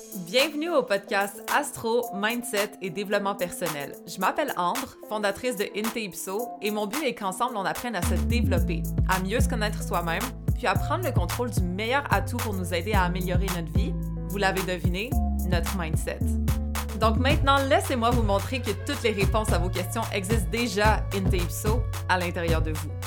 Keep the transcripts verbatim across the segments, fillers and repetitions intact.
Bienvenue au podcast Astro, Mindset et Développement personnel. Je m'appelle Ambre, fondatrice de InteIpso, et mon but est qu'ensemble on apprenne à se développer, à mieux se connaître soi-même, puis à prendre le contrôle du meilleur atout pour nous aider à améliorer notre vie. Vous l'avez deviné, notre mindset. Donc maintenant, laissez-moi vous montrer que toutes les réponses à vos questions existent déjà InteIpso à l'intérieur de vous.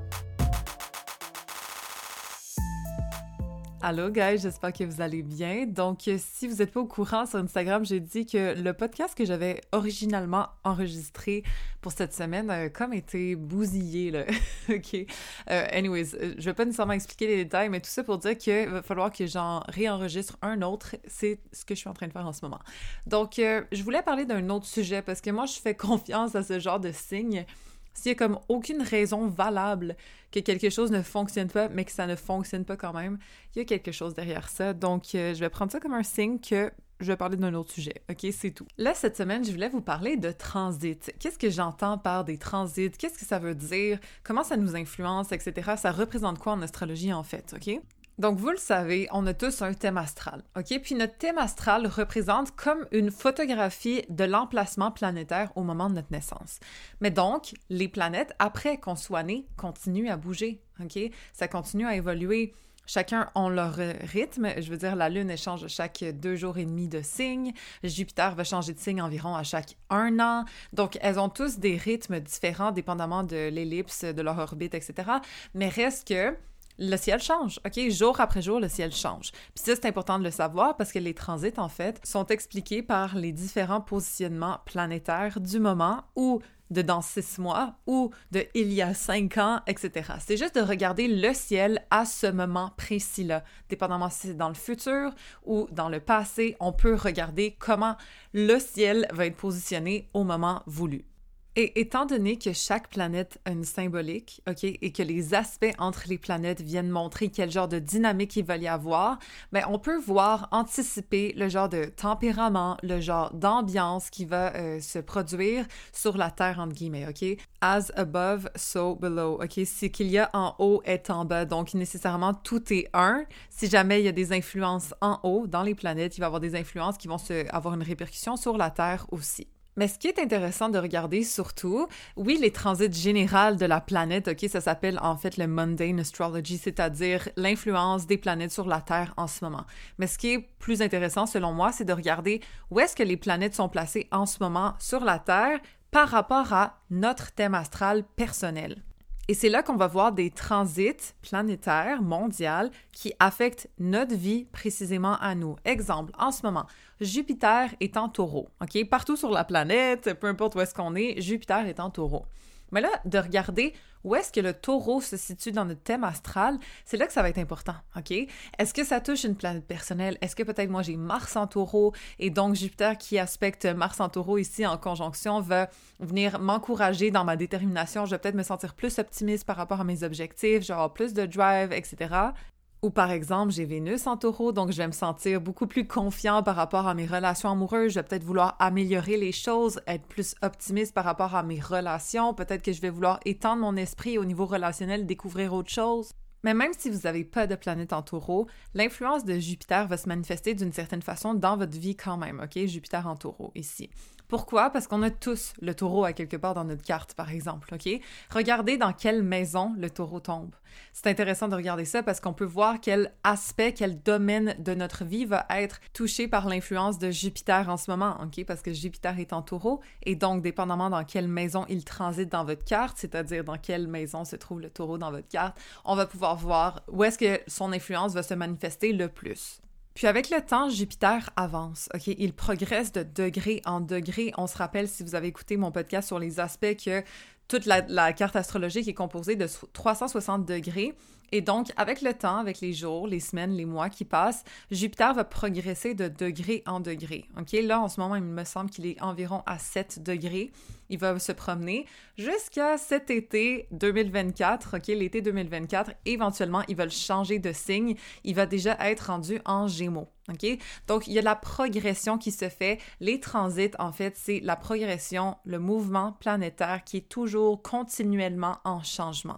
Allô guys, j'espère que vous allez bien. Donc, si vous n'êtes pas au courant, sur Instagram, j'ai dit que le podcast que j'avais originalement enregistré pour cette semaine a comme été bousillé, là. OK. Uh, anyways, je vais pas nécessairement expliquer les détails, mais tout ça pour dire qu'il va falloir que j'en réenregistre un autre. C'est ce que je suis en train de faire en ce moment. Donc, euh, je voulais parler d'un autre sujet parce que moi, je fais confiance à ce genre de signes. S'il y a comme aucune raison valable que quelque chose ne fonctionne pas, mais que ça ne fonctionne pas quand même, il y a quelque chose derrière ça. Donc, euh, je vais prendre ça comme un signe que je vais parler d'un autre sujet. OK, c'est tout. Là, cette semaine, je voulais vous parler de transit. Qu'est-ce que j'entends par des transits? Qu'est-ce que ça veut dire? Comment ça nous influence, et cetera. Ça représente quoi en astrologie, en fait, OK? Donc, vous le savez, on a tous un thème astral, OK? Puis notre thème astral représente comme une photographie de l'emplacement planétaire au moment de notre naissance. Mais donc, les planètes, après qu'on soit né, continuent à bouger, OK? Ça continue à évoluer. Chacun ont leur rythme. Je veux dire, la Lune, elle change chaque deux jours et demi de signe. Jupiter va changer de signe environ à chaque un an. Donc, elles ont tous des rythmes différents, dépendamment de l'ellipse, de leur orbite, et cetera. Mais reste que le ciel change, OK? Jour après jour, le ciel change. Puis ça, c'est important de le savoir parce que les transits, en fait, sont expliqués par les différents positionnements planétaires du moment ou de dans six mois ou de il y a cinq ans, et cetera. C'est juste de regarder le ciel à ce moment précis-là. Dépendamment si c'est dans le futur ou dans le passé, on peut regarder comment le ciel va être positionné au moment voulu. Et étant donné que chaque planète a une symbolique, OK, et que les aspects entre les planètes viennent montrer quel genre de dynamique il va y avoir, bien, on peut voir, anticiper le genre de tempérament, le genre d'ambiance qui va euh, se produire sur la Terre, entre guillemets, OK? As above, so below, OK? Ce qu'il y a en haut est en bas, donc nécessairement tout est un. Si jamais il y a des influences en haut, dans les planètes, il va y avoir des influences qui vont se, avoir une répercussion sur la Terre aussi. Mais ce qui est intéressant de regarder surtout, oui, les transits généraux de la planète, OK, ça s'appelle en fait le mundane astrology, c'est-à-dire l'influence des planètes sur la Terre en ce moment. Mais ce qui est plus intéressant selon moi, c'est de regarder où est-ce que les planètes sont placées en ce moment sur la Terre par rapport à notre thème astral personnel. Et c'est là qu'on va voir des transits planétaires, mondiaux, qui affectent notre vie précisément à nous. Exemple, en ce moment, Jupiter est en taureau, OK? Partout sur la planète, peu importe où est-ce qu'on est, Jupiter est en taureau. Mais là, de regarder où est-ce que le taureau se situe dans notre thème astral, c'est là que ça va être important, OK? Est-ce que ça touche une planète personnelle? Est-ce que peut-être moi j'ai Mars en taureau et donc Jupiter qui aspecte Mars en taureau ici en conjonction va venir m'encourager dans ma détermination? Je vais peut-être me sentir plus optimiste par rapport à mes objectifs, je vais avoir plus de drive, et cetera. Ou par exemple, j'ai Vénus en taureau, donc je vais me sentir beaucoup plus confiant par rapport à mes relations amoureuses. Je vais peut-être vouloir améliorer les choses, être plus optimiste par rapport à mes relations. Peut-être que je vais vouloir étendre mon esprit au niveau relationnel, découvrir autre chose. Mais même si vous n'avez pas de planète en taureau, l'influence de Jupiter va se manifester d'une certaine façon dans votre vie quand même, OK? Jupiter en taureau, ici. Pourquoi? Parce qu'on a tous le taureau à quelque part dans notre carte, par exemple, OK? Regardez dans quelle maison le taureau tombe. C'est intéressant de regarder ça parce qu'on peut voir quel aspect, quel domaine de notre vie va être touché par l'influence de Jupiter en ce moment, OK? Parce que Jupiter est en taureau et donc, dépendamment dans quelle maison il transite dans votre carte, c'est-à-dire dans quelle maison se trouve le taureau dans votre carte, on va pouvoir voir où est-ce que son influence va se manifester le plus. Puis avec le temps, Jupiter avance, OK? Il progresse de degré en degré. On se rappelle, si vous avez écouté mon podcast sur les aspects, que toute la, la carte astrologique est composée de trois cent soixante degrés. Et donc, avec le temps, avec les jours, les semaines, les mois qui passent, Jupiter va progresser de degré en degré. OK? Là, en ce moment, il me semble qu'il est environ à sept degrés. Il va se promener jusqu'à cet été deux mille vingt-quatre, OK? L'été deux mille vingt-quatre. Éventuellement, il va le changer de signe. Il va déjà être rendu en Gémeaux. OK? Donc, il y a la progression qui se fait. Les transits, en fait, c'est la progression, le mouvement planétaire qui est toujours continuellement en changement.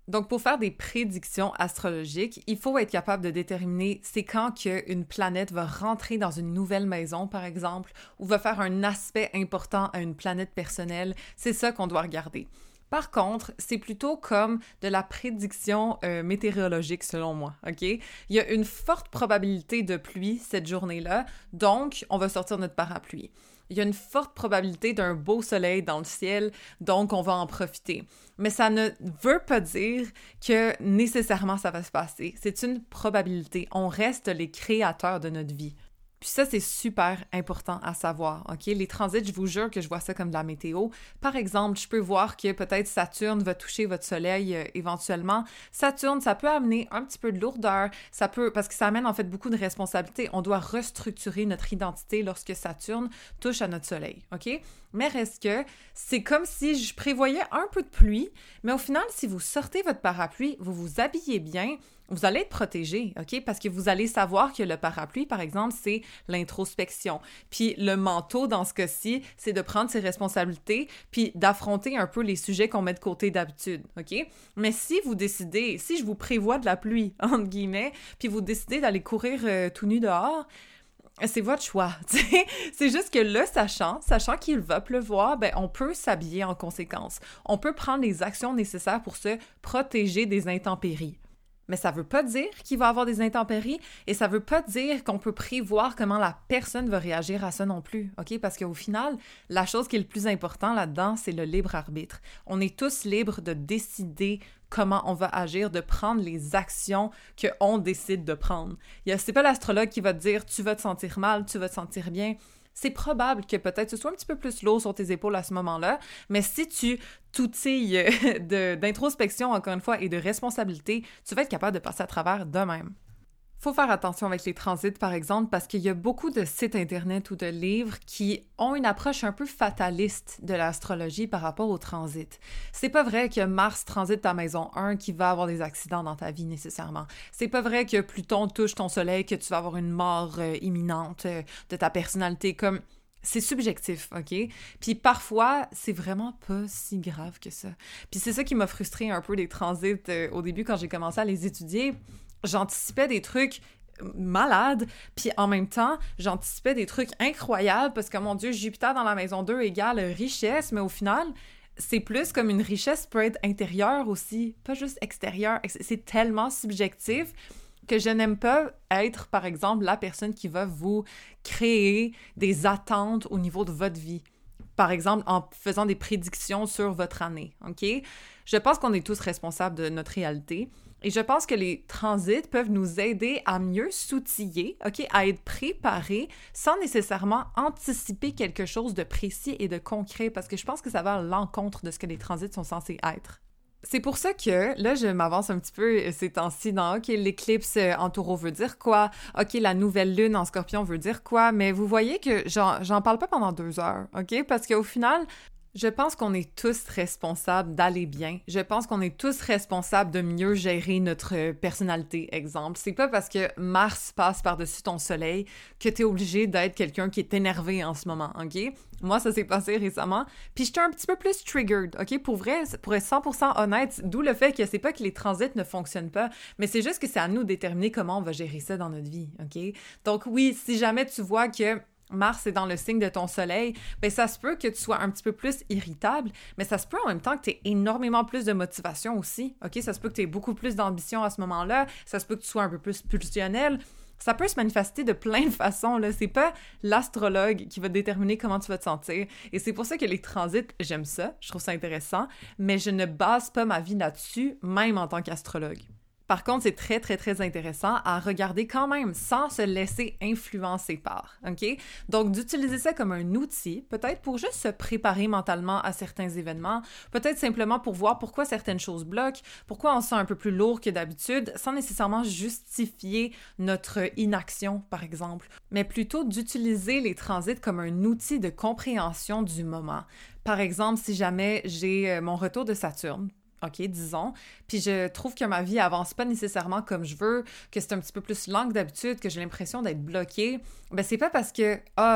Donc, pour faire des prédictions astrologiques, il faut être capable de déterminer c'est quand qu'une planète va rentrer dans une nouvelle maison, par exemple, ou va faire un aspect important à une planète personnelle. C'est ça qu'on doit regarder. Par contre, c'est plutôt comme de la prédiction euh, météorologique selon moi, OK? Il y a une forte probabilité de pluie cette journée-là, donc on va sortir notre parapluie. Il y a une forte probabilité d'un beau soleil dans le ciel, donc on va en profiter. Mais ça ne veut pas dire que nécessairement ça va se passer. C'est une probabilité. On reste les créateurs de notre vie. Puis ça, c'est super important à savoir, OK? Les transits, je vous jure que je vois ça comme de la météo. Par exemple, je peux voir que peut-être Saturne va toucher votre soleil euh, éventuellement. Saturne, ça peut amener un petit peu de lourdeur, ça peut, parce que ça amène en fait beaucoup de responsabilités. On doit restructurer notre identité lorsque Saturne touche à notre soleil, OK? Mais reste que c'est comme si je prévoyais un peu de pluie, mais au final, si vous sortez votre parapluie, vous vous habillez bien, vous allez être protégé, OK? Parce que vous allez savoir que le parapluie, par exemple, c'est l'introspection. Puis le manteau, dans ce cas-ci, c'est de prendre ses responsabilités puis d'affronter un peu les sujets qu'on met de côté d'habitude, OK? Mais si vous décidez, si je vous prévois de la pluie, entre guillemets, puis vous décidez d'aller courir euh, tout nu dehors, c'est votre choix, t'sais. C'est juste que là, sachant, sachant qu'il va pleuvoir, ben on peut s'habiller en conséquence. On peut prendre les actions nécessaires pour se protéger des intempéries. Mais ça veut pas dire qu'il va y avoir des intempéries et ça veut pas dire qu'on peut prévoir comment la personne va réagir à ça non plus, OK? Parce qu'au final, la chose qui est le plus important là-dedans, c'est le libre arbitre. On est tous libres de décider comment on va agir, de prendre les actions qu'on décide de prendre. C'est pas l'astrologue qui va te dire « tu vas te sentir mal, tu vas te sentir bien ». C'est probable que peut-être ce soit un petit peu plus lourd sur tes épaules à ce moment-là, mais si tu t'outilles de, d'introspection, encore une fois, et de responsabilité, tu vas être capable de passer à travers de même. Faut faire attention avec les transits, par exemple, parce qu'il y a beaucoup de sites Internet ou de livres qui ont une approche un peu fataliste de l'astrologie par rapport au transit. C'est pas vrai que Mars transite ta maison un qui va avoir des accidents dans ta vie nécessairement. C'est pas vrai que Pluton touche ton soleil, que tu vas avoir une mort euh, imminente euh, de ta personnalité, comme... C'est subjectif, OK? Puis parfois, c'est vraiment pas si grave que ça. Puis c'est ça qui m'a frustré un peu les transits euh, au début quand j'ai commencé à les étudier. J'anticipais des trucs malades, puis en même temps, j'anticipais des trucs incroyables parce que, mon Dieu, Jupiter dans la maison deux égale richesse, mais au final, c'est plus comme une richesse peut être intérieure aussi, pas juste extérieure. C'est tellement subjectif que je n'aime pas être, par exemple, la personne qui va vous créer des attentes au niveau de votre vie. Par exemple, en faisant des prédictions sur votre année, OK? Je pense qu'on est tous responsables de notre réalité. Et je pense que les transits peuvent nous aider à mieux s'outiller, OK, à être préparés sans nécessairement anticiper quelque chose de précis et de concret, parce que je pense que ça va à l'encontre de ce que les transits sont censés être. C'est pour ça que, là, je m'avance un petit peu ces temps-ci dans « OK, l'éclipse en taureau veut dire quoi? OK, la nouvelle lune en scorpion veut dire quoi? » Mais vous voyez que j'en, j'en parle pas pendant deux heures, OK? Parce qu'au final... Je pense qu'on est tous responsables d'aller bien. Je pense qu'on est tous responsables de mieux gérer notre personnalité, exemple. C'est pas parce que Mars passe par-dessus ton soleil que t'es obligé d'être quelqu'un qui est énervé en ce moment, OK? Moi, ça s'est passé récemment, puis j'étais un petit peu plus triggered, OK? Pour vrai, pour être cent pour cent honnête, d'où le fait que c'est pas que les transits ne fonctionnent pas, mais c'est juste que c'est à nous de déterminer comment on va gérer ça dans notre vie, OK? Donc oui, si jamais tu vois que Mars est dans le signe de ton soleil, bien ça se peut que tu sois un petit peu plus irritable, mais ça se peut en même temps que tu aies énormément plus de motivation aussi, OK? Ça se peut que tu aies beaucoup plus d'ambition à ce moment-là, ça se peut que tu sois un peu plus pulsionnel. Ça peut se manifester de plein de façons, là. C'est pas l'astrologue qui va déterminer comment tu vas te sentir. Et c'est pour ça que les transits, j'aime ça, je trouve ça intéressant, mais je ne base pas ma vie là-dessus, même en tant qu'astrologue. Par contre, c'est très, très, très intéressant à regarder quand même sans se laisser influencer par, OK? Donc, d'utiliser ça comme un outil, peut-être pour juste se préparer mentalement à certains événements, peut-être simplement pour voir pourquoi certaines choses bloquent, pourquoi on se sent un peu plus lourd que d'habitude, sans nécessairement justifier notre inaction, par exemple, mais plutôt d'utiliser les transits comme un outil de compréhension du moment. Par exemple, si jamais j'ai mon retour de Saturne, OK, disons, puis je trouve que ma vie avance pas nécessairement comme je veux, que c'est un petit peu plus lent que d'habitude, que j'ai l'impression d'être bloquée, ben c'est pas parce que, ah,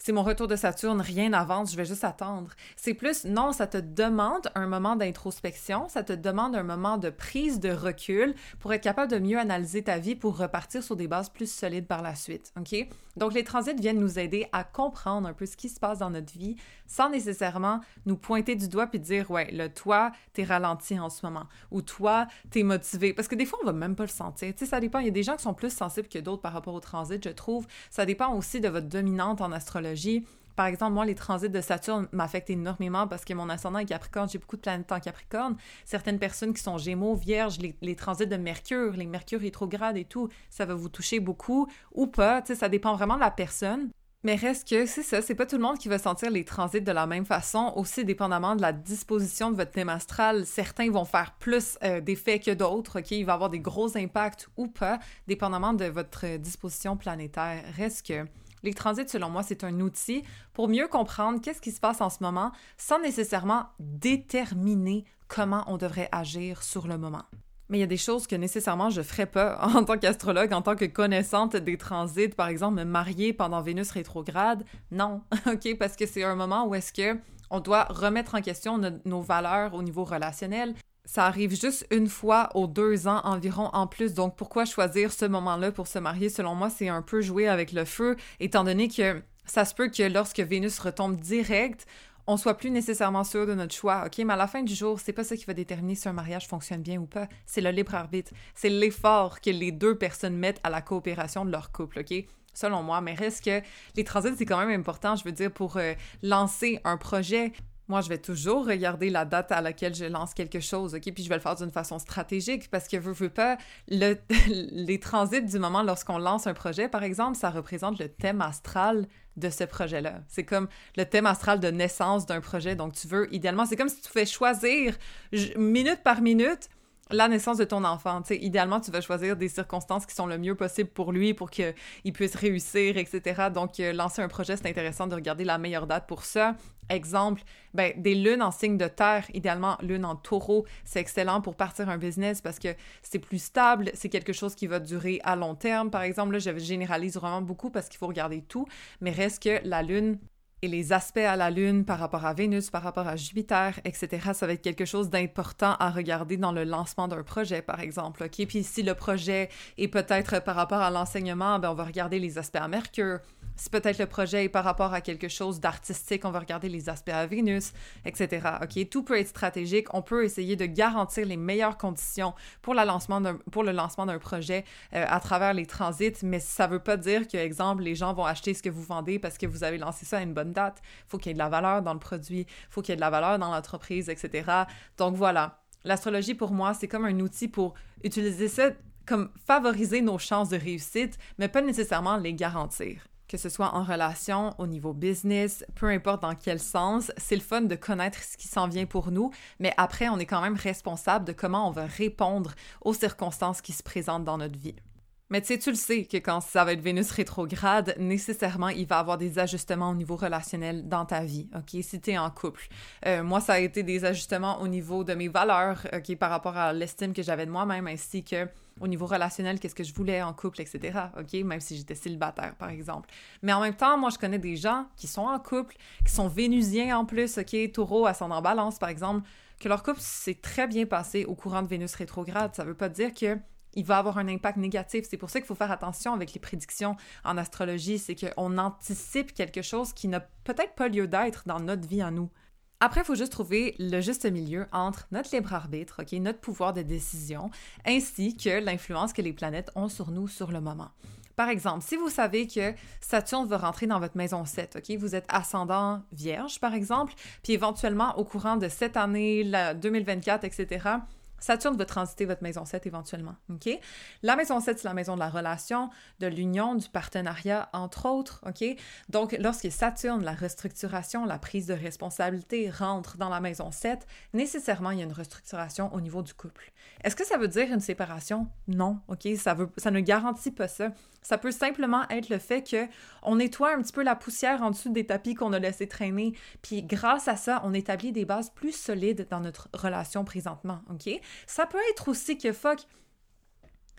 c'est mon retour de Saturne, rien n'avance, je vais juste attendre. C'est plus, non, ça te demande un moment d'introspection, ça te demande un moment de prise de recul pour être capable de mieux analyser ta vie pour repartir sur des bases plus solides par la suite, OK? Donc, les transits viennent nous aider à comprendre un peu ce qui se passe dans notre vie sans nécessairement nous pointer du doigt puis dire, ouais, là, toi, t'es ralenti en ce moment ou toi, t'es motivé. Parce que des fois, on va même pas le sentir. Tu sais, ça dépend. Il y a des gens qui sont plus sensibles que d'autres par rapport au transit, je trouve. Ça dépend aussi de votre dominante en astrologie. Par exemple, moi, les transits de Saturne m'affectent énormément parce que mon ascendant est Capricorne, j'ai beaucoup de planètes en Capricorne. Certaines personnes qui sont Gémeaux, Vierges, les, les transits de Mercure, les Mercure rétrogrades et tout, ça va vous toucher beaucoup ou pas, tu sais, ça dépend vraiment de la personne. Mais reste que, c'est ça, c'est pas tout le monde qui va sentir les transits de la même façon, aussi dépendamment de la disposition de votre thème astral. Certains vont faire plus euh, d'effets que d'autres, OK? Il va avoir des gros impacts ou pas, dépendamment de votre disposition planétaire. Reste que les transits, selon moi, c'est un outil pour mieux comprendre qu'est-ce qui se passe en ce moment sans nécessairement déterminer comment on devrait agir sur le moment. Mais il y a des choses que nécessairement je ferais pas en tant qu'astrologue, en tant que connaissante des transits, par exemple me marier pendant Vénus rétrograde. Non, OK? Parce que c'est un moment où est-ce que on doit remettre en question no- nos valeurs au niveau relationnel. Ça arrive juste une fois aux deux ans environ en plus, donc pourquoi choisir ce moment-là pour se marier? Selon moi, c'est un peu jouer avec le feu, étant donné que ça se peut que lorsque Vénus retombe direct, on soit plus nécessairement sûr de notre choix, OK? Mais à la fin du jour, c'est pas ça qui va déterminer si un mariage fonctionne bien ou pas. C'est le libre arbitre. C'est l'effort que les deux personnes mettent à la coopération de leur couple, OK? Selon moi, mais reste que les transits, c'est quand même important, je veux dire, pour euh, lancer un projet. Moi, je vais toujours regarder la date à laquelle je lance quelque chose, OK? Puis je vais le faire d'une façon stratégique parce que, veux, veux pas, le, les transits du moment lorsqu'on lance un projet, par exemple, ça représente le thème astral de ce projet-là. C'est comme le thème astral de naissance d'un projet. Donc, tu veux, idéalement, c'est comme si tu fais choisir minute par minute la naissance de ton enfant. Tu sais, idéalement, tu vas choisir des circonstances qui sont le mieux possible pour lui, pour qu'il puisse réussir, et cetera. Donc, euh, lancer un projet, c'est intéressant de regarder la meilleure date pour ça. Exemple, ben, des lunes en signe de terre, idéalement lune en taureau, c'est excellent pour partir un business parce que c'est plus stable, c'est quelque chose qui va durer à long terme. Par exemple, là, je généralise vraiment beaucoup parce qu'il faut regarder tout, mais reste que la lune et les aspects à la Lune par rapport à Vénus, par rapport à Jupiter, et cetera, ça va être quelque chose d'important à regarder dans le lancement d'un projet, par exemple, OK? Puis si le projet est peut-être par rapport à l'enseignement, ben on va regarder les aspects à Mercure. Si peut-être le projet est par rapport à quelque chose d'artistique, on va regarder les aspects à Vénus, et cetera, OK? Tout peut être stratégique. On peut essayer de garantir les meilleures conditions pour, la lancement d'un, pour le lancement d'un projet euh, à travers les transits, mais ça veut pas dire que, exemple, les gens vont acheter ce que vous vendez parce que vous avez lancé ça à une bonne date. Il faut qu'il y ait de la valeur dans le produit, il faut qu'il y ait de la valeur dans l'entreprise, et cetera. Donc voilà, l'astrologie pour moi, c'est comme un outil pour utiliser ça, comme favoriser nos chances de réussite, mais pas nécessairement les garantir. Que ce soit en relation, au niveau business, peu importe dans quel sens, c'est le fun de connaître ce qui s'en vient pour nous, mais après, on est quand même responsable de comment on va répondre aux circonstances qui se présentent dans notre vie. Mais tu sais, tu le sais que quand ça va être Vénus rétrograde, nécessairement, il va y avoir des ajustements au niveau relationnel dans ta vie, OK? Si t'es en couple. Euh, moi, ça a été des ajustements au niveau de mes valeurs, OK? Par rapport à l'estime que j'avais de moi-même, ainsi que au niveau relationnel, qu'est-ce que je voulais en couple, et cetera, OK? Même si j'étais célibataire, par exemple. Mais en même temps, moi, je connais des gens qui sont en couple, qui sont vénusiens en plus, OK? Taureau, ascendant balance, par exemple, que leur couple s'est très bien passé au courant de Vénus rétrograde. Ça veut pas dire que il va avoir un impact négatif. C'est pour ça qu'il faut faire attention avec les prédictions en astrologie, c'est qu'on anticipe quelque chose qui n'a peut-être pas lieu d'être dans notre vie à nous. Après, il faut juste trouver le juste milieu entre notre libre arbitre, OK, notre pouvoir de décision, ainsi que l'influence que les planètes ont sur nous sur le moment. Par exemple, si vous savez que Saturne va rentrer dans votre maison sept, OK, vous êtes ascendant Vierge, par exemple, puis éventuellement, au courant de cette année, la deux mille vingt-quatre, et cetera, Saturne va transiter votre maison sept éventuellement, OK? La maison sept, c'est la maison de la relation, de l'union, du partenariat, entre autres, OK? Donc, lorsque Saturne, la restructuration, la prise de responsabilité rentre dans la maison sept, nécessairement, il y a une restructuration au niveau du couple. Est-ce que ça veut dire une séparation? Non, OK? Ça veut, ça ne garantit pas ça. Ça peut simplement être le fait qu'on nettoie un petit peu la poussière en dessous des tapis qu'on a laissé traîner, puis grâce à ça, on établit des bases plus solides dans notre relation présentement, OK? Ça peut être aussi que, fuck,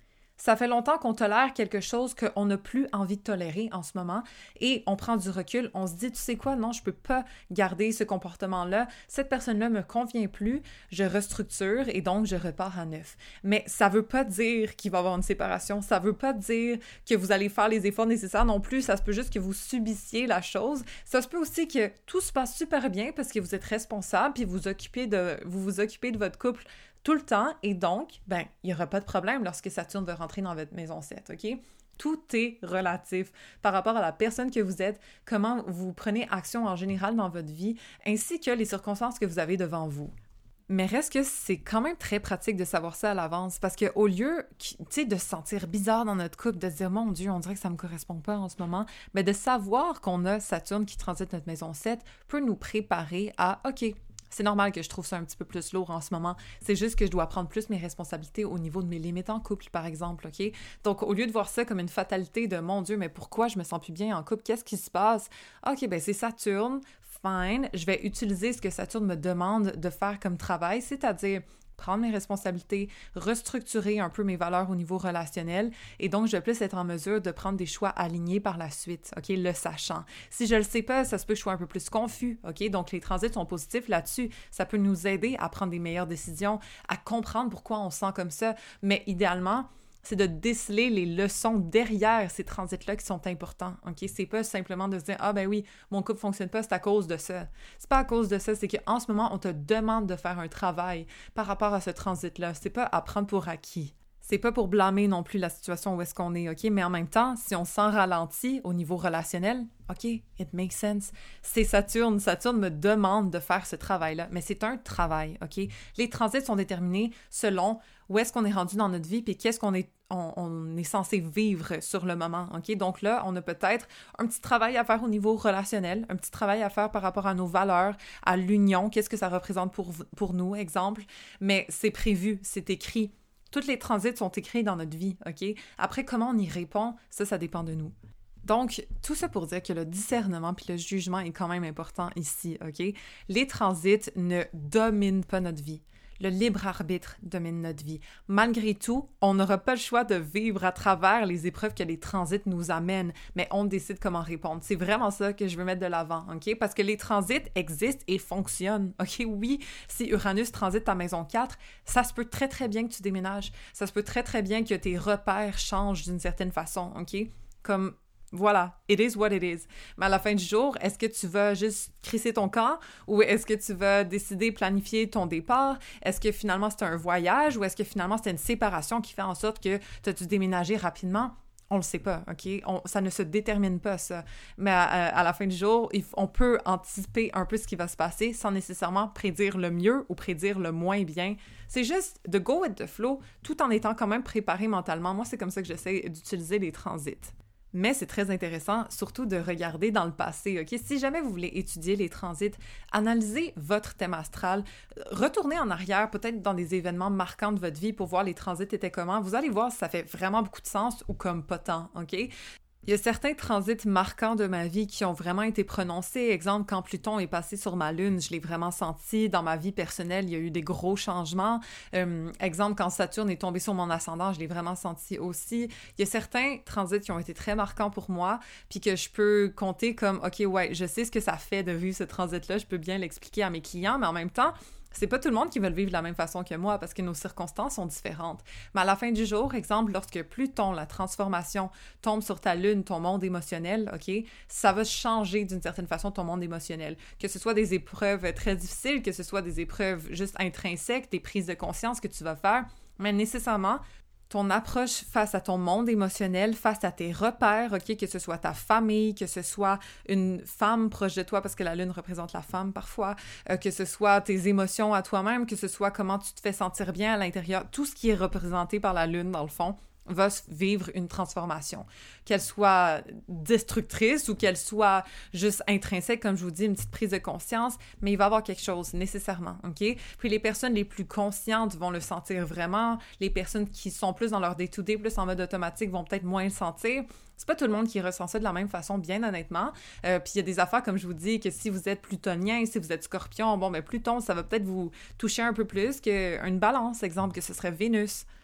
Ça fait longtemps qu'on tolère quelque chose qu'on n'a plus envie de tolérer en ce moment et on prend du recul, on se dit, tu sais quoi, non, je peux pas garder ce comportement-là, cette personne-là me convient plus, je restructure et donc je repars à neuf. Mais ça veut pas dire qu'il va y avoir une séparation, ça veut pas dire que vous allez faire les efforts nécessaires non plus, ça se peut juste que vous subissiez la chose. Ça se peut aussi que tout se passe super bien parce que vous êtes responsable puis vous occupez de, vous vous occupez de votre couple tout le temps, et donc, ben, il n'y aura pas de problème lorsque Saturne va rentrer dans votre maison sept, OK? Tout est relatif par rapport à la personne que vous êtes, comment vous prenez action en général dans votre vie, ainsi que les circonstances que vous avez devant vous. Mais reste que c'est quand même très pratique de savoir ça à l'avance, parce qu'au lieu, tu sais, de se sentir bizarre dans notre couple, de se dire « Mon Dieu, on dirait que ça me correspond pas en ce moment », mais de savoir qu'on a Saturne qui transite notre maison sept peut nous préparer à « OK, c'est normal que je trouve ça un petit peu plus lourd en ce moment. C'est juste que je dois prendre plus mes responsabilités au niveau de mes limites en couple, par exemple, OK? » Donc, au lieu de voir ça comme une fatalité de « Mon Dieu, mais pourquoi je me sens plus bien en couple? Qu'est-ce qui se passe? » OK, ben c'est Saturne, fine. Je vais utiliser ce que Saturne me demande de faire comme travail, c'est-à-dire prendre mes responsabilités, restructurer un peu mes valeurs au niveau relationnel, et donc je vais plus être en mesure de prendre des choix alignés par la suite, OK, le sachant. Si je le sais pas, ça se peut que je sois un peu plus confus, OK? Donc les transits sont positifs là-dessus, ça peut nous aider à prendre des meilleures décisions, à comprendre pourquoi on se sent comme ça, mais idéalement, c'est de déceler les leçons derrière ces transits-là qui sont importants, OK? C'est pas simplement de se dire « Ah ben oui, mon couple fonctionne pas, c'est à cause de ça. » C'est pas à cause de ça, c'est qu'en ce moment, on te demande de faire un travail par rapport à ce transit-là. C'est pas à prendre pour acquis. C'est pas pour blâmer non plus la situation où est-ce qu'on est, OK? Mais en même temps, si on s'en ralentit au niveau relationnel, OK, it makes sense. C'est Saturne. Saturne me demande de faire ce travail-là, mais c'est un travail, OK? Les transits sont déterminés selon où est-ce qu'on est rendu dans notre vie puis qu'est-ce qu'on est, on, on est censé vivre sur le moment, OK? Donc là, on a peut-être un petit travail à faire au niveau relationnel, un petit travail à faire par rapport à nos valeurs, à l'union, qu'est-ce que ça représente pour, pour nous, exemple, mais c'est prévu, c'est écrit. Tous les transits sont écrits dans notre vie, OK? Après, comment on y répond, ça, ça dépend de nous. Donc, tout ça pour dire que le discernement puis le jugement est quand même important ici, OK? Les transits ne dominent pas notre vie. Le libre arbitre domine notre vie. Malgré tout, on n'aura pas le choix de vivre à travers les épreuves que les transits nous amènent, mais on décide comment répondre. C'est vraiment ça que je veux mettre de l'avant, OK? Parce que les transits existent et fonctionnent, OK? Oui, si Uranus transite ta maison quatre, ça se peut très, très bien que tu déménages. Ça se peut très, très bien que tes repères changent d'une certaine façon, OK? Comme... Voilà, it is what it is. Mais à la fin du jour, est-ce que tu vas juste crisser ton camp ou est-ce que tu vas décider, planifier ton départ? Est-ce que finalement c'est un voyage ou est-ce que finalement c'est une séparation qui fait en sorte que tu as dû déménager rapidement? On le sait pas, OK? On, ça ne se détermine pas, ça. Mais à, à la fin du jour, il, on peut anticiper un peu ce qui va se passer sans nécessairement prédire le mieux ou prédire le moins bien. C'est juste de go with the flow tout en étant quand même préparé mentalement. Moi, c'est comme ça que j'essaie d'utiliser les transits. Mais c'est très intéressant, surtout de regarder dans le passé, OK? Si jamais vous voulez étudier les transits, analysez votre thème astral, retournez en arrière, peut-être dans des événements marquants de votre vie pour voir les transits étaient comment. Vous allez voir si ça fait vraiment beaucoup de sens ou comme pas tant, OK? Il y a certains transits marquants de ma vie qui ont vraiment été prononcés. Exemple, quand Pluton est passé sur ma lune, je l'ai vraiment senti. Dans ma vie personnelle, il y a eu des gros changements. Euh, exemple, quand Saturne est tombé sur mon ascendant, je l'ai vraiment senti aussi. Il y a certains transits qui ont été très marquants pour moi, puis que je peux compter comme, OK, ouais, je sais ce que ça fait de vivre ce transit-là, je peux bien l'expliquer à mes clients, mais en même temps, c'est pas tout le monde qui va le vivre de la même façon que moi parce que nos circonstances sont différentes. Mais à la fin du jour, exemple, lorsque Pluton, la transformation, tombe sur ta lune, ton monde émotionnel, OK, ça va changer d'une certaine façon ton monde émotionnel. Que ce soit des épreuves très difficiles, que ce soit des épreuves juste intrinsèques, des prises de conscience que tu vas faire, mais nécessairement, ton approche face à ton monde émotionnel, face à tes repères, OK, que ce soit ta famille, que ce soit une femme proche de toi, parce que la lune représente la femme parfois, euh, que ce soit tes émotions à toi-même, que ce soit comment tu te fais sentir bien à l'intérieur, tout ce qui est représenté par la lune, dans le fond, va vivre une transformation. Qu'elle soit destructrice ou qu'elle soit juste intrinsèque, comme je vous dis, une petite prise de conscience, mais il va y avoir quelque chose, nécessairement, OK? Puis les personnes les plus conscientes vont le sentir vraiment. Les personnes qui sont plus dans leur day-to-day, plus en mode automatique, vont peut-être moins le sentir. C'est pas tout le monde qui ressent ça de la même façon, bien honnêtement. Euh, puis il y a des affaires, comme je vous dis, que si vous êtes plutonien, si vous êtes scorpion, bon, ben Pluton, ça va peut-être vous toucher un peu plus qu'une balance, exemple, que ce serait Vénus.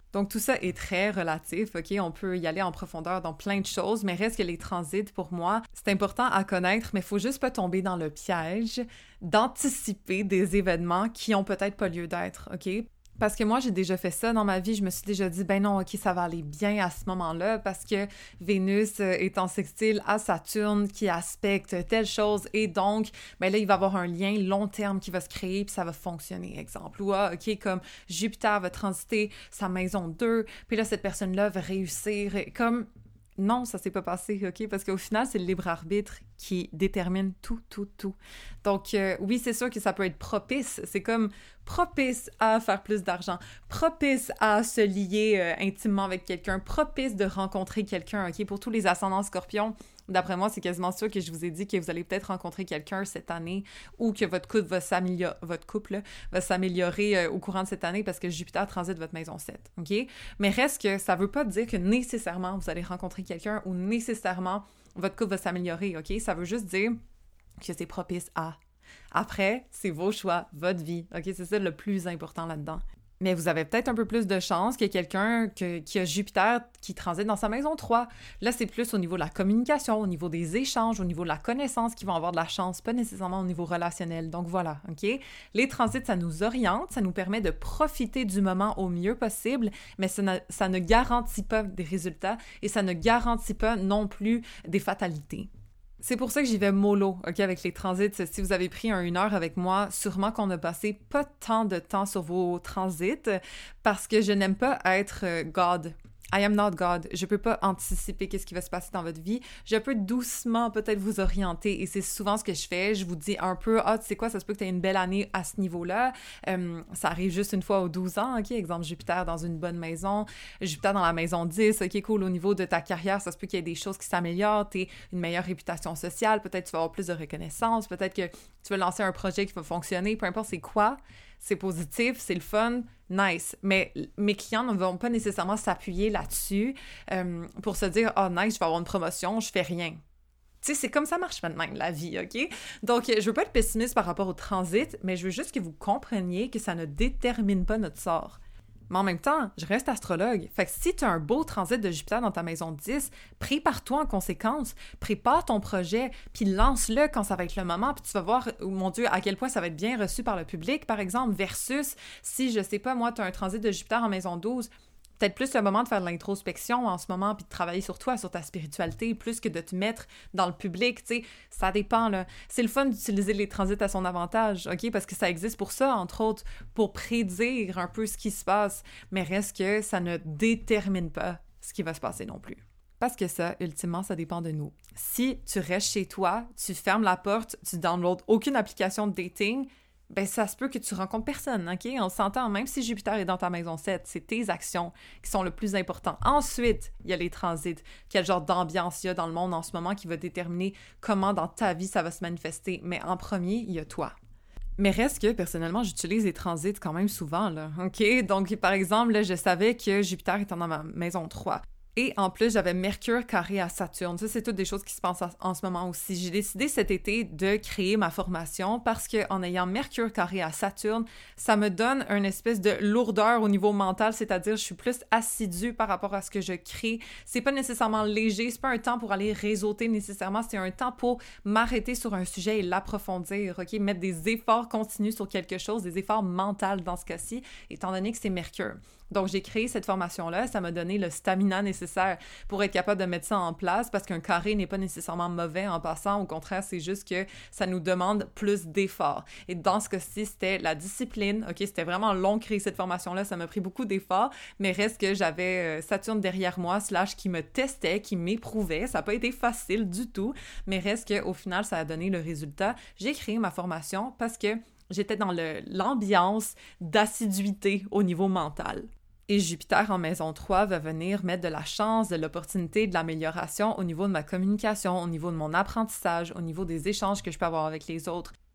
Donc, tout ça est très relatif, OK? On peut y aller en profondeur dans plein de choses, mais reste que les transits, pour moi, c'est important à connaître, mais il faut juste pas tomber dans le piège d'anticiper des événements qui ont peut-être pas lieu d'être, OK? Parce que moi, j'ai déjà fait ça dans ma vie. Je me suis déjà dit, ben non, OK, ça va aller bien à ce moment-là parce que Vénus est en sextile à Saturne qui aspecte telle chose et donc, ben là, il va y avoir un lien long terme qui va se créer puis ça va fonctionner, exemple. Ou, ah, OK, comme Jupiter va transiter sa maison deux, puis là, cette personne-là va réussir. Comme, non, ça s'est pas passé, OK? Parce qu'au final, c'est le libre arbitre qui détermine tout, tout, tout. Donc, euh, oui, c'est sûr que ça peut être propice. C'est comme propice à faire plus d'argent, propice à se lier euh, intimement avec quelqu'un, propice de rencontrer quelqu'un, OK? Pour tous les ascendants scorpions, d'après moi, c'est quasiment sûr que je vous ai dit que vous allez peut-être rencontrer quelqu'un cette année ou que votre couple va s'améliorer, votre couple là, va s'améliorer euh, au courant de cette année parce que Jupiter transite votre maison sept, OK? Mais reste que ça veut pas dire que nécessairement vous allez rencontrer quelqu'un ou nécessairement votre couple va s'améliorer, OK? Ça veut juste dire que c'est propice à. Après, c'est vos choix, votre vie, OK? C'est ça le plus important là-dedans. Mais vous avez peut-être un peu plus de chance que quelqu'un que, qui a Jupiter qui transite dans sa maison trois. Là, c'est plus au niveau de la communication, au niveau des échanges, au niveau de la connaissance qui vont avoir de la chance, pas nécessairement au niveau relationnel. Donc voilà, OK? Les transits, ça nous oriente, ça nous permet de profiter du moment au mieux possible, mais ça ne, ça ne garantit pas des résultats et ça ne garantit pas non plus des fatalités. C'est pour ça que j'y vais mollo, OK, avec les transits. Si vous avez pris un une heure avec moi, sûrement qu'on a passé pas tant de temps sur vos transits parce que je n'aime pas être God. I am not God. Je peux pas anticiper qu'est-ce qui va se passer dans votre vie. Je peux doucement peut-être vous orienter et c'est souvent ce que je fais. Je vous dis un peu, ah, tu sais quoi, ça se peut que tu aies une belle année à ce niveau-là. Euh, ça arrive juste une fois aux douze ans, OK? Exemple, Jupiter dans une bonne maison, Jupiter dans la maison dix, OK, cool. Au niveau de ta carrière, ça se peut qu'il y ait des choses qui s'améliorent, tu aies une meilleure réputation sociale, peut-être tu vas avoir plus de reconnaissance, peut-être que tu vas lancer un projet qui va fonctionner, peu importe c'est quoi. C'est positif, c'est le fun, nice. Mais mes clients ne vont pas nécessairement s'appuyer là-dessus euh, pour se dire « Ah, oh, nice, je vais avoir une promotion, je fais rien ». Tu sais, c'est comme ça marche maintenant, la vie, OK? Donc, je veux pas être pessimiste par rapport au transit, mais je veux juste que vous compreniez que ça ne détermine pas notre sort. Mais en même temps, je reste astrologue. Fait que si tu as un beau transit de Jupiter dans ta maison dix, prépare-toi en conséquence. Prépare ton projet, puis lance-le quand ça va être le moment, puis tu vas voir, oh mon Dieu, à quel point ça va être bien reçu par le public, par exemple, versus si, je sais pas, moi, tu as un transit de Jupiter en maison douze, peut-être plus le moment de faire de l'introspection en ce moment puis de travailler sur toi, sur ta spiritualité, plus que de te mettre dans le public, tu sais, ça dépend, là. C'est le fun d'utiliser les transits à son avantage, OK? Parce que ça existe pour ça, entre autres, pour prédire un peu ce qui se passe, mais reste que ça ne détermine pas ce qui va se passer non plus. Parce que ça, ultimement, ça dépend de nous. Si tu restes chez toi, tu fermes la porte, tu downloads aucune application de dating, ben ça se peut que tu rencontres personne, OK? On s'entend, même si Jupiter est dans ta maison sept, c'est tes actions qui sont le plus important. Ensuite, il y a les transits. Quel genre d'ambiance il y a dans le monde en ce moment qui va déterminer comment dans ta vie ça va se manifester. Mais en premier, il y a toi. Mais reste que, personnellement, j'utilise les transits quand même souvent, là, OK? Donc, par exemple, là, je savais que Jupiter était dans ma maison trois. Et en plus, j'avais Mercure carré à Saturne. Ça, c'est toutes des choses qui se passent en ce moment aussi. J'ai décidé cet été de créer ma formation parce qu'en ayant Mercure carré à Saturne, ça me donne une espèce de lourdeur au niveau mental, c'est-à-dire je suis plus assidue par rapport à ce que je crée. C'est pas nécessairement léger, c'est pas un temps pour aller réseauter nécessairement, c'est un temps pour m'arrêter sur un sujet et l'approfondir, OK? Mettre des efforts continus sur quelque chose, des efforts mentaux dans ce cas-ci, étant donné que c'est Mercure. Donc, j'ai créé cette formation-là, ça m'a donné le stamina nécessaire pour être capable de mettre ça en place parce qu'un carré n'est pas nécessairement mauvais en passant, au contraire, c'est juste que ça nous demande plus d'efforts. Et dans ce cas-ci, c'était la discipline, OK? C'était vraiment long de créer cette formation-là, ça m'a pris beaucoup d'efforts, mais reste que j'avais Saturne derrière moi, slash qui me testait, qui m'éprouvait, ça n'a pas été facile du tout, mais reste qu'au final, ça a donné le résultat. J'ai créé ma formation parce que j'étais dans le, l'ambiance d'assiduité au niveau mental. Et Jupiter en maison trois va venir mettre de la chance, de l'opportunité, de l'amélioration au niveau de ma communication, au niveau de mon apprentissage, au niveau des échanges que je peux avoir avec les autres.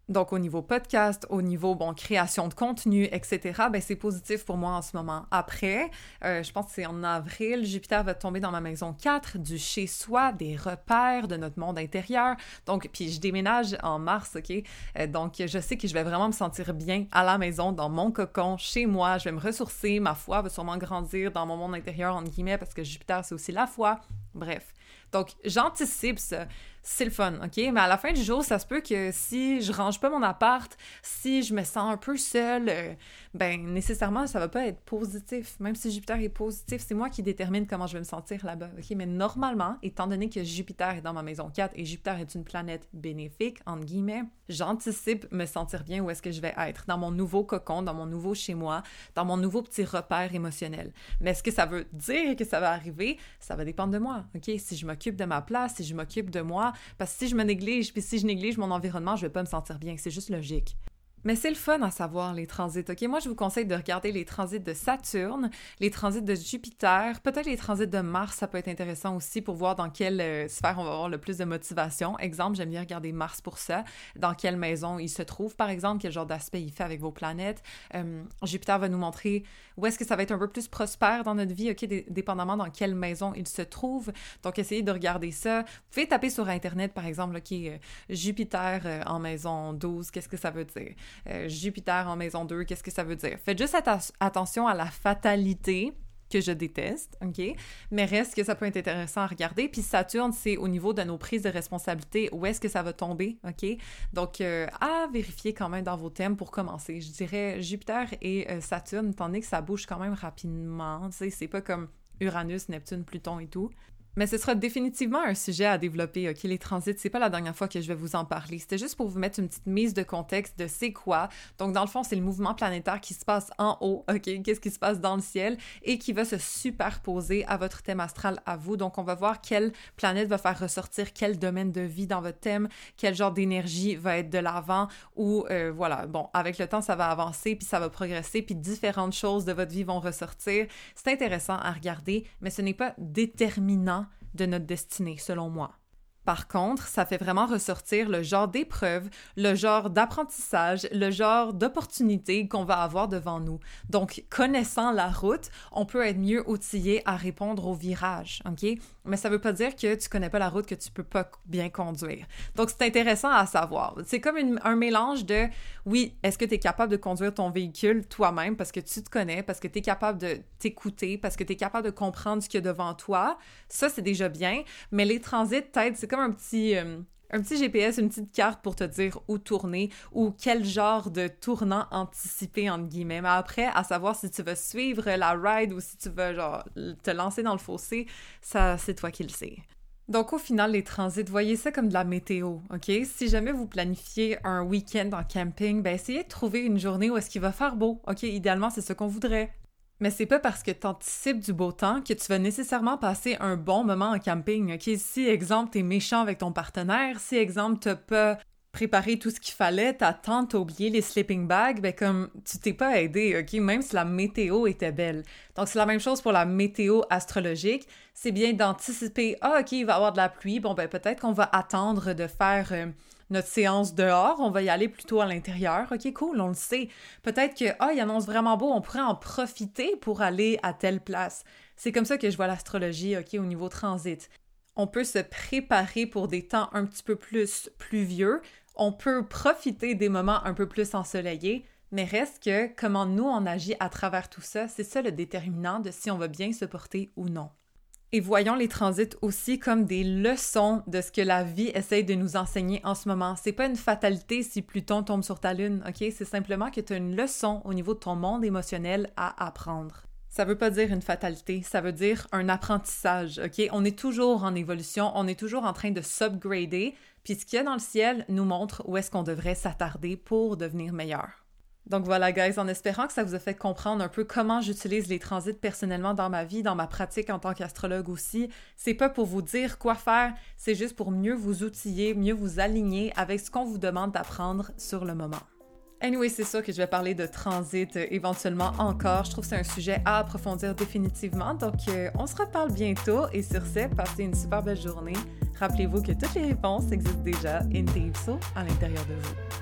Donc, au niveau podcast, au niveau, bon, création de contenu, et cetera, ben c'est positif pour moi en ce moment. Après, euh, je pense que c'est en avril, Jupiter va tomber dans ma maison quatre, du chez-soi, des repères de notre monde intérieur. Donc, puis je déménage en mars, OK? Euh, donc, je sais que je vais vraiment me sentir bien à la maison, dans mon cocon, chez moi. Je vais me ressourcer, ma foi va sûrement grandir dans mon monde intérieur, entre guillemets, parce que Jupiter, c'est aussi la foi. Bref. Donc, j'anticipe ça. C'est le fun, OK? Mais à la fin du jour, ça se peut que si je range pas mon appart, si je me sens un peu seule, euh, ben nécessairement, ça va pas être positif. Même si Jupiter est positif, c'est moi qui détermine comment je vais me sentir là-bas, OK? Mais normalement, étant donné que Jupiter est dans ma maison quatre et Jupiter est une planète bénéfique, entre guillemets, j'anticipe me sentir bien où est-ce que je vais être, dans mon nouveau cocon, dans mon nouveau chez-moi, dans mon nouveau petit repère émotionnel. Mais est-ce que ça veut dire que ça va arriver? Ça va dépendre de moi, OK? Si je m'occupe de ma place, si je m'occupe de moi, parce que si je me néglige, puis si je néglige mon environnement, je vais pas me sentir bien. C'est juste logique. Mais c'est le fun à savoir, les transits, OK? Moi, je vous conseille de regarder les transits de Saturne, les transits de Jupiter, peut-être les transits de Mars, ça peut être intéressant aussi pour voir dans quelle euh, sphère on va avoir le plus de motivation. Exemple, j'aime bien regarder Mars pour ça, dans quelle maison il se trouve, par exemple, quel genre d'aspect il fait avec vos planètes. Euh, Jupiter va nous montrer où est-ce que ça va être un peu plus prospère dans notre vie, OK? D- dépendamment dans quelle maison il se trouve. Donc, essayez de regarder ça. Vous pouvez taper sur Internet, par exemple, OK, euh, Jupiter euh, en maison douze, qu'est-ce que ça veut dire? Euh, Jupiter en maison deux, qu'est-ce que ça veut dire? Faites juste atta- attention à la fatalité que je déteste, OK? Mais reste que ça peut être intéressant à regarder. Puis Saturne, c'est au niveau de nos prises de responsabilité, où est-ce que ça va tomber, OK? Donc, euh, à vérifier quand même dans vos thèmes pour commencer. Je dirais Jupiter et euh, Saturne, étant donné que ça bouge quand même rapidement, tu sais, c'est pas comme Uranus, Neptune, Pluton et tout. Mais ce sera définitivement un sujet à développer, OK? Les transits, c'est pas la dernière fois que je vais vous en parler. C'était juste pour vous mettre une petite mise de contexte de c'est quoi. Donc, dans le fond, c'est le mouvement planétaire qui se passe en haut, OK? Qu'est-ce qui se passe dans le ciel et qui va se superposer à votre thème astral à vous. Donc, on va voir quelle planète va faire ressortir quel domaine de vie dans votre thème, quel genre d'énergie va être de l'avant ou, euh, voilà, bon, avec le temps, ça va avancer, puis ça va progresser, puis différentes choses de votre vie vont ressortir. C'est intéressant à regarder, mais ce n'est pas déterminant de notre destinée, selon moi. Par contre, ça fait vraiment ressortir le genre d'épreuve, le genre d'apprentissage, le genre d'opportunité qu'on va avoir devant nous. Donc, connaissant la route, on peut être mieux outillé à répondre aux virages, OK? Mais ça veut pas dire que tu connais pas la route, que tu peux pas bien conduire. Donc, c'est intéressant à savoir. C'est comme une, un mélange de, oui, est-ce que tu es capable de conduire ton véhicule toi-même parce que tu te connais, parce que tu es capable de t'écouter, parce que tu es capable de comprendre ce qu'il y a devant toi. Ça, c'est déjà bien. Mais les transits, peut-être, c'est comme un petit, euh, un petit G P S, une petite carte pour te dire où tourner ou quel genre de tournant anticiper, entre guillemets. Mais après, à savoir si tu veux suivre la ride ou si tu veux, genre, te lancer dans le fossé, ça, c'est toi qui le sais. Donc, au final, les transits, voyez ça comme de la météo, OK? Si jamais vous planifiez un week-end en camping, ben essayez de trouver une journée où est-ce qu'il va faire beau, OK? Idéalement, c'est ce qu'on voudrait. Mais c'est pas parce que tu anticipes du beau temps que tu vas nécessairement passer un bon moment en camping, OK? Si, exemple, t'es méchant avec ton partenaire, si, exemple, t'as pas préparé tout ce qu'il fallait, ta tante t'a oublié les sleeping bags, ben comme, tu t'es pas aidé, OK? Même si la météo était belle. Donc, c'est la même chose pour la météo astrologique. C'est bien d'anticiper, ah, OK, il va y avoir de la pluie, bon, ben peut-être qu'on va attendre de faire... Euh, notre séance dehors, on va y aller plutôt à l'intérieur. OK, cool, on le sait. Peut-être que, ah, il annonce vraiment beau, on pourrait en profiter pour aller à telle place. C'est comme ça que je vois l'astrologie, OK, au niveau transit. On peut se préparer pour des temps un petit peu plus pluvieux. On peut profiter des moments un peu plus ensoleillés, mais reste que comment nous, on agit à travers tout ça, c'est ça le déterminant de si on va bien se porter ou non. Et voyons les transits aussi comme des leçons de ce que la vie essaye de nous enseigner en ce moment. C'est pas une fatalité si Pluton tombe sur ta lune, OK? C'est simplement que tu as une leçon au niveau de ton monde émotionnel à apprendre. Ça veut pas dire une fatalité, ça veut dire un apprentissage, OK? On est toujours en évolution, on est toujours en train de s'upgrader, puis ce qu'il y a dans le ciel nous montre où est-ce qu'on devrait s'attarder pour devenir meilleur. Donc voilà, guys, en espérant que ça vous a fait comprendre un peu comment j'utilise les transits personnellement dans ma vie, dans ma pratique en tant qu'astrologue aussi. C'est pas pour vous dire quoi faire, c'est juste pour mieux vous outiller, mieux vous aligner avec ce qu'on vous demande d'apprendre sur le moment. Anyway, c'est sûr que je vais parler de transit euh, éventuellement encore. Je trouve que c'est un sujet à approfondir définitivement. Donc, euh, on se reparle bientôt. Et sur ce, passez une super belle journée. Rappelez-vous que toutes les réponses existent déjà in Deep So à l'intérieur de vous.